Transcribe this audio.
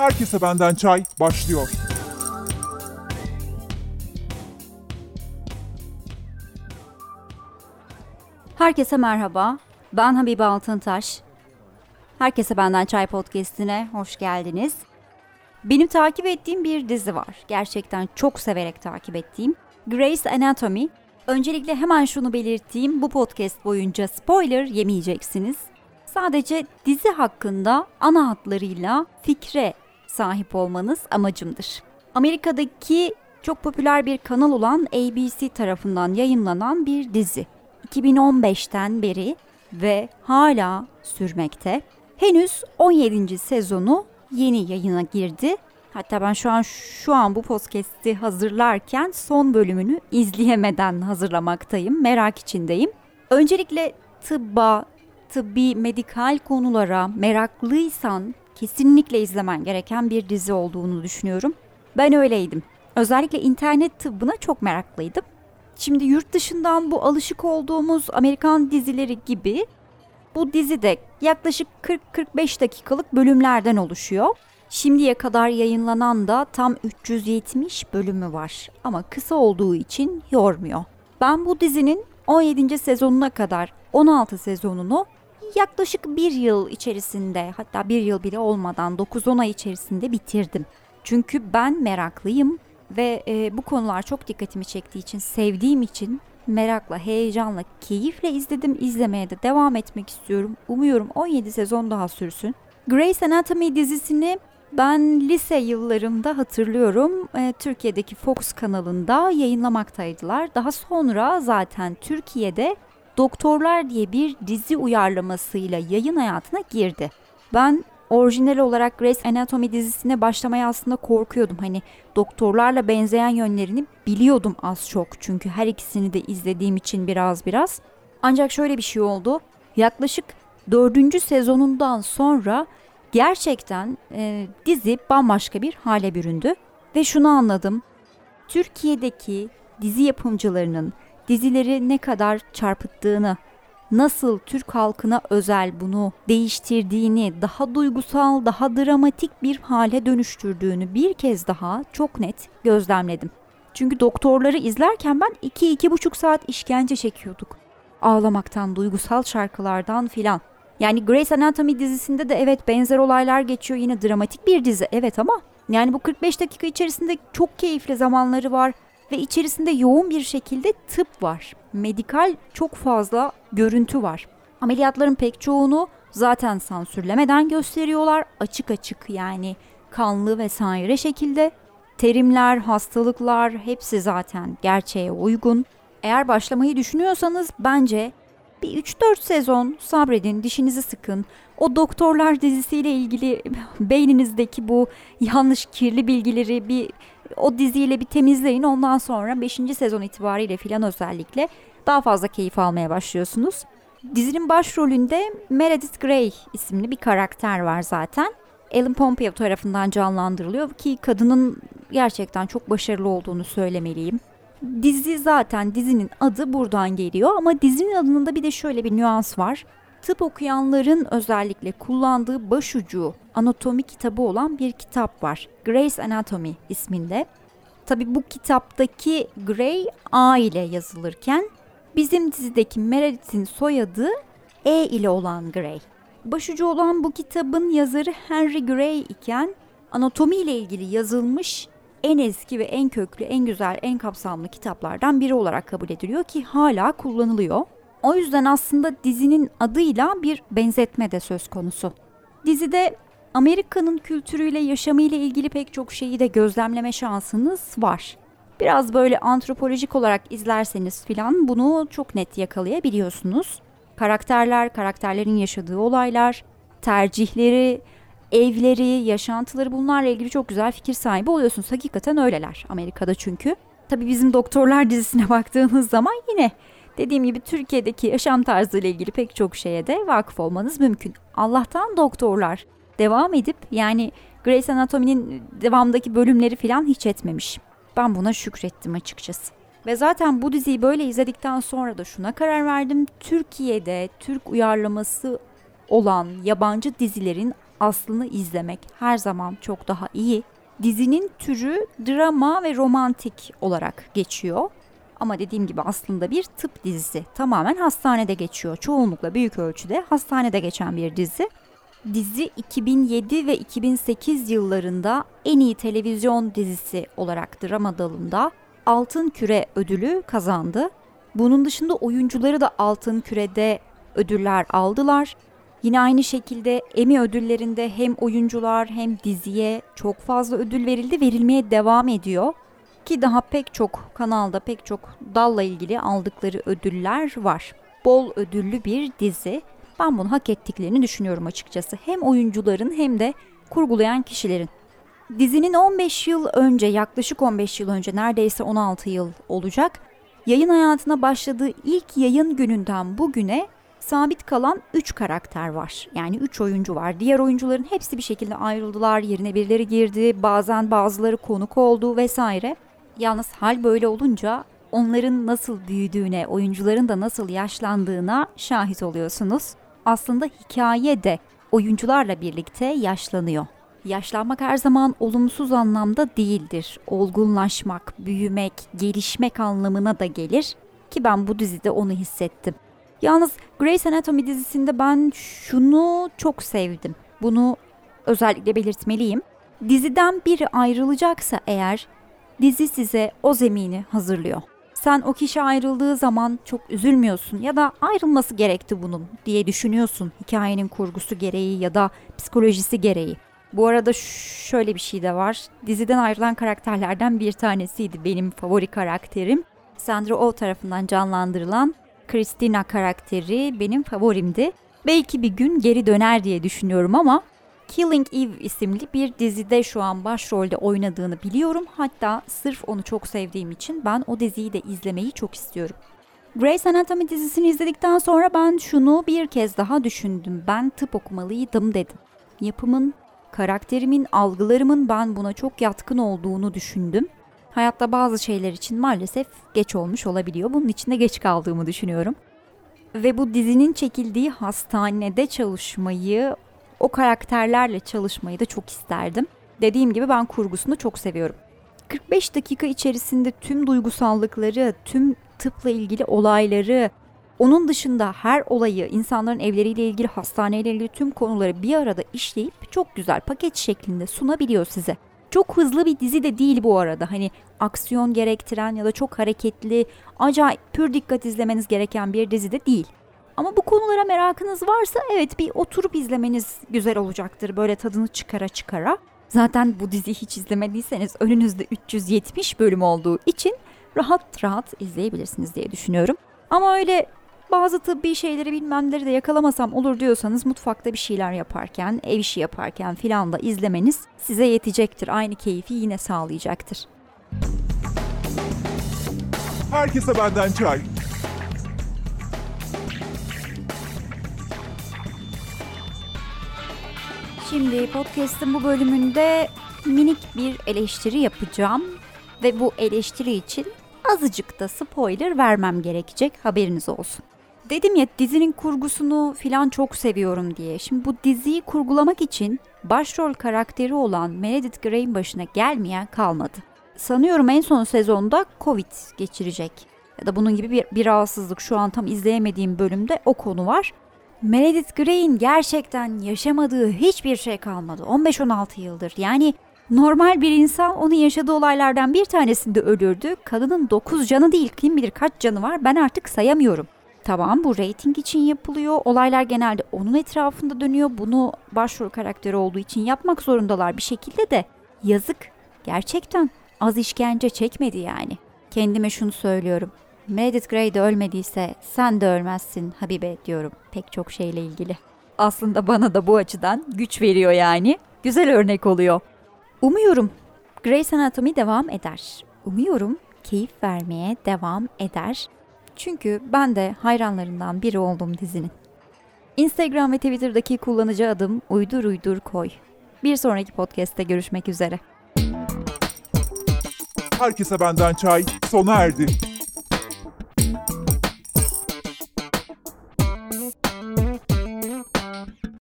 Herkese Benden Çay başlıyor. Herkese merhaba, ben Habibe Altıntaş. Herkese Benden Çay podcastine hoş geldiniz. Benim takip ettiğim bir dizi var. Gerçekten çok severek takip ettiğim. Grey's Anatomy. Öncelikle hemen şunu belirteyim. Bu podcast boyunca spoiler yemeyeceksiniz. Sadece dizi hakkında ana hatlarıyla fikre sahip olmanız amacımdır. Amerika'daki çok popüler bir kanal olan ABC tarafından yayınlanan bir dizi. 2015'ten beri ve hala sürmekte. Henüz 17. sezonu yeni yayına girdi. Hatta ben şu an bu podcast'i hazırlarken son bölümünü izleyemeden hazırlamaktayım. Merak içindeyim. Öncelikle tıbbi, medikal konulara meraklıysan kesinlikle izlemen gereken bir dizi olduğunu düşünüyorum. Ben öyleydim. Özellikle internet tıbbına çok meraklıydım. Şimdi yurt dışından bu alışık olduğumuz Amerikan dizileri gibi bu dizi de yaklaşık 40-45 dakikalık bölümlerden oluşuyor. Şimdiye kadar yayınlanan da tam 370 bölümü var ama kısa olduğu için yormuyor. Ben bu dizinin 17. sezonuna kadar 16 sezonunu yaklaşık bir yıl içerisinde, hatta bir yıl bile olmadan 9-10 ay içerisinde bitirdim. Çünkü ben meraklıyım ve bu konular çok dikkatimi çektiği için, sevdiğim için merakla, heyecanla, keyifle izledim. İzlemeye de devam etmek istiyorum. Umuyorum 17 sezon daha sürsün. Grey's Anatomy dizisini ben lise yıllarımda hatırlıyorum. Türkiye'deki Fox kanalında yayınlamaktaydılar. Daha sonra zaten Türkiye'de Doktorlar diye bir dizi uyarlamasıyla yayın hayatına girdi. Ben orijinal olarak Grey's Anatomy dizisine başlamaya aslında korkuyordum. Hani doktorlarla benzeyen yönlerini biliyordum az çok. Çünkü her ikisini de izlediğim için biraz. Ancak şöyle bir şey oldu. Yaklaşık 4. sezonundan sonra gerçekten dizi bambaşka bir hale büründü. Ve şunu anladım. Türkiye'deki dizi yapımcılarının dizileri ne kadar çarpıttığını, nasıl Türk halkına özel bunu değiştirdiğini, daha duygusal, daha dramatik bir hale dönüştürdüğünü bir kez daha çok net gözlemledim. Çünkü doktorları izlerken ben 2-2,5 saat işkence çekiyorduk. Ağlamaktan, duygusal şarkılardan filan. Yani Grey's Anatomy dizisinde de evet benzer olaylar geçiyor. Yine dramatik bir dizi evet ama yani bu 45 dakika içerisinde çok keyifli zamanları var. Ve içerisinde yoğun bir şekilde tıp var. Medikal çok fazla görüntü var. Ameliyatların pek çoğunu zaten sansürlemeden gösteriyorlar. Açık açık yani kanlı vesaire şekilde. Terimler, hastalıklar hepsi zaten gerçeğe uygun. Eğer başlamayı düşünüyorsanız bence bir 3-4 sezon sabredin, dişinizi sıkın. O Doktorlar dizisiyle ilgili beyninizdeki bu yanlış kirli bilgileri o diziyle bir temizleyin. Ondan sonra 5. sezon itibariyle filan özellikle daha fazla keyif almaya başlıyorsunuz. Dizinin başrolünde Meredith Grey isimli bir karakter var zaten. Ellen Pompeo tarafından canlandırılıyor ki kadının gerçekten çok başarılı olduğunu söylemeliyim. Dizinin adı buradan geliyor ama dizinin adında bir de şöyle bir nüans var. Tıp okuyanların özellikle kullandığı başucu anatomi kitabı olan bir kitap var. Grey's Anatomy isminde. Tabii bu kitaptaki Grey A ile yazılırken bizim dizideki Meredith'in soyadı E ile olan Grey. Başucu olan bu kitabın yazarı Henry Grey iken anatomi ile ilgili yazılmış en eski ve en köklü, en güzel, en kapsamlı kitaplardan biri olarak kabul ediliyor ki hala kullanılıyor. O yüzden aslında dizinin adıyla bir benzetme de söz konusu. Dizide Amerika'nın kültürüyle, yaşamıyla ilgili pek çok şeyi de gözlemleme şansınız var. Biraz böyle antropolojik olarak izlerseniz filan bunu çok net yakalayabiliyorsunuz. Karakterlerin yaşadığı olaylar, tercihleri, evleri, yaşantıları bunlarla ilgili çok güzel fikir sahibi oluyorsunuz. Hakikaten öyleler Amerika'da çünkü. Tabii bizim Doktorlar dizisine baktığınız zaman yine dediğim gibi Türkiye'deki yaşam tarzıyla ilgili pek çok şeye de vakıf olmanız mümkün. Allah'tan Doktorlar devam edip yani Grey's Anatomy'nin devamdaki bölümleri falan hiç etmemiş. Ben buna şükrettim açıkçası. Ve zaten bu diziyi böyle izledikten sonra da şuna karar verdim. Türkiye'de Türk uyarlaması olan yabancı dizilerin aslını izlemek her zaman çok daha iyi. Dizinin türü drama ve romantik olarak geçiyor. Ama dediğim gibi aslında bir tıp dizisi. Tamamen hastanede geçiyor. Çoğunlukla büyük ölçüde hastanede geçen bir dizi. Dizi 2007 ve 2008 yıllarında en iyi televizyon dizisi olarak drama dalında Altın Küre ödülü kazandı. Bunun dışında oyuncuları da Altın Küre'de ödüller aldılar. Yine aynı şekilde Emmy ödüllerinde hem oyuncular hem diziye çok fazla ödül verildi, verilmeye devam ediyor. Ki daha pek çok kanalda, pek çok dalla ilgili aldıkları ödüller var. Bol ödüllü bir dizi. Ben bunu hak ettiklerini düşünüyorum açıkçası. Hem oyuncuların hem de kurgulayan kişilerin. Dizinin 15 yıl önce, yaklaşık 15 yıl önce, neredeyse 16 yıl olacak, yayın hayatına başladığı ilk yayın gününden bugüne sabit kalan 3 karakter var. Yani 3 oyuncu var. Diğer oyuncuların hepsi bir şekilde ayrıldılar, yerine birileri girdi, bazen bazıları konuk oldu vesaire. Yalnız hal böyle olunca onların nasıl büyüdüğüne, oyuncuların da nasıl yaşlandığına şahit oluyorsunuz. Aslında hikaye de oyuncularla birlikte yaşlanıyor. Yaşlanmak her zaman olumsuz anlamda değildir. Olgunlaşmak, büyümek, gelişmek anlamına da gelir ki ben bu dizide onu hissettim. Yalnız Grey's Anatomy dizisinde ben şunu çok sevdim. Bunu özellikle belirtmeliyim. Diziden biri ayrılacaksa eğer, dizi size o zemini hazırlıyor. Sen o kişi ayrıldığı zaman çok üzülmüyorsun ya da ayrılması gerekti bunun diye düşünüyorsun hikayenin kurgusu gereği ya da psikolojisi gereği. Bu arada şöyle bir şey de var. Diziden ayrılan karakterlerden bir tanesiydi benim favori karakterim. Sandra Oh tarafından canlandırılan Christina karakteri benim favorimdi. Belki bir gün geri döner diye düşünüyorum ama Killing Eve isimli bir dizide şu an başrolde oynadığını biliyorum. Hatta sırf onu çok sevdiğim için ben o diziyi de izlemeyi çok istiyorum. Grey's Anatomy dizisini izledikten sonra ben şunu bir kez daha düşündüm. Ben tıp okumalıydım dedim. Yapımın, karakterimin, algılarımın ben buna çok yatkın olduğunu düşündüm. Hayatta bazı şeyler için maalesef geç olmuş olabiliyor. Bunun için de geç kaldığımı düşünüyorum. Ve bu dizinin çekildiği hastanede çalışmayı, o karakterlerle çalışmayı da çok isterdim. Dediğim gibi ben kurgusunu çok seviyorum. 45 dakika içerisinde tüm duygusallıkları, tüm tıpla ilgili olayları, onun dışında her olayı, insanların evleriyle ilgili, hastaneyle ilgili tüm konuları bir arada işleyip çok güzel paket şeklinde sunabiliyor size. Çok hızlı bir dizi de değil bu arada. Hani aksiyon gerektiren ya da çok hareketli, acayip pür dikkat izlemeniz gereken bir dizi de değil. Ama bu konulara merakınız varsa evet bir oturup izlemeniz güzel olacaktır. Böyle tadını çıkara çıkara. Zaten bu diziyi hiç izlemediyseniz önünüzde 370 bölüm olduğu için rahat rahat izleyebilirsiniz diye düşünüyorum. Ama öyle bazı tıbbi şeyleri bilmemleri de yakalamasam olur diyorsanız mutfakta bir şeyler yaparken, ev işi yaparken filan da izlemeniz size yetecektir. Aynı keyfi yine sağlayacaktır. Herkese benden çay. Şimdi podcast'ın bu bölümünde minik bir eleştiri yapacağım ve bu eleştiri için azıcık da spoiler vermem gerekecek, haberiniz olsun. Dedim ya dizinin kurgusunu filan çok seviyorum diye. Şimdi bu diziyi kurgulamak için başrol karakteri olan Meredith Grey'in başına gelmeyen kalmadı. Sanıyorum en son sezonda Covid geçirecek. Ya da bunun gibi bir rahatsızlık, şu an tam izleyemediğim bölümde o konu var. Meredith Grey'in gerçekten yaşamadığı hiçbir şey kalmadı. 15-16 yıldır. Yani normal bir insan onun yaşadığı olaylardan bir tanesinde ölürdü. Kadının 9 canı değil, kim bilir kaç canı var, ben artık sayamıyorum. Tamam, bu reyting için yapılıyor. Olaylar genelde onun etrafında dönüyor. Bunu başrol karakteri olduğu için yapmak zorundalar bir şekilde de. Yazık. Gerçekten az işkence çekmedi yani. Kendime şunu söylüyorum. Meredith Grey de ölmediyse sen de ölmezsin Habibe diyorum pek çok şeyle ilgili. Aslında bana da bu açıdan güç veriyor yani. Güzel örnek oluyor. Umuyorum Grey's Anatomy devam eder. Umuyorum keyif vermeye devam eder. Çünkü ben de hayranlarından biri oldum dizinin. Instagram ve Twitter'daki kullanıcı adım uydurkoy. Bir sonraki podcast'te görüşmek üzere. Herkese benden çay sona erdi.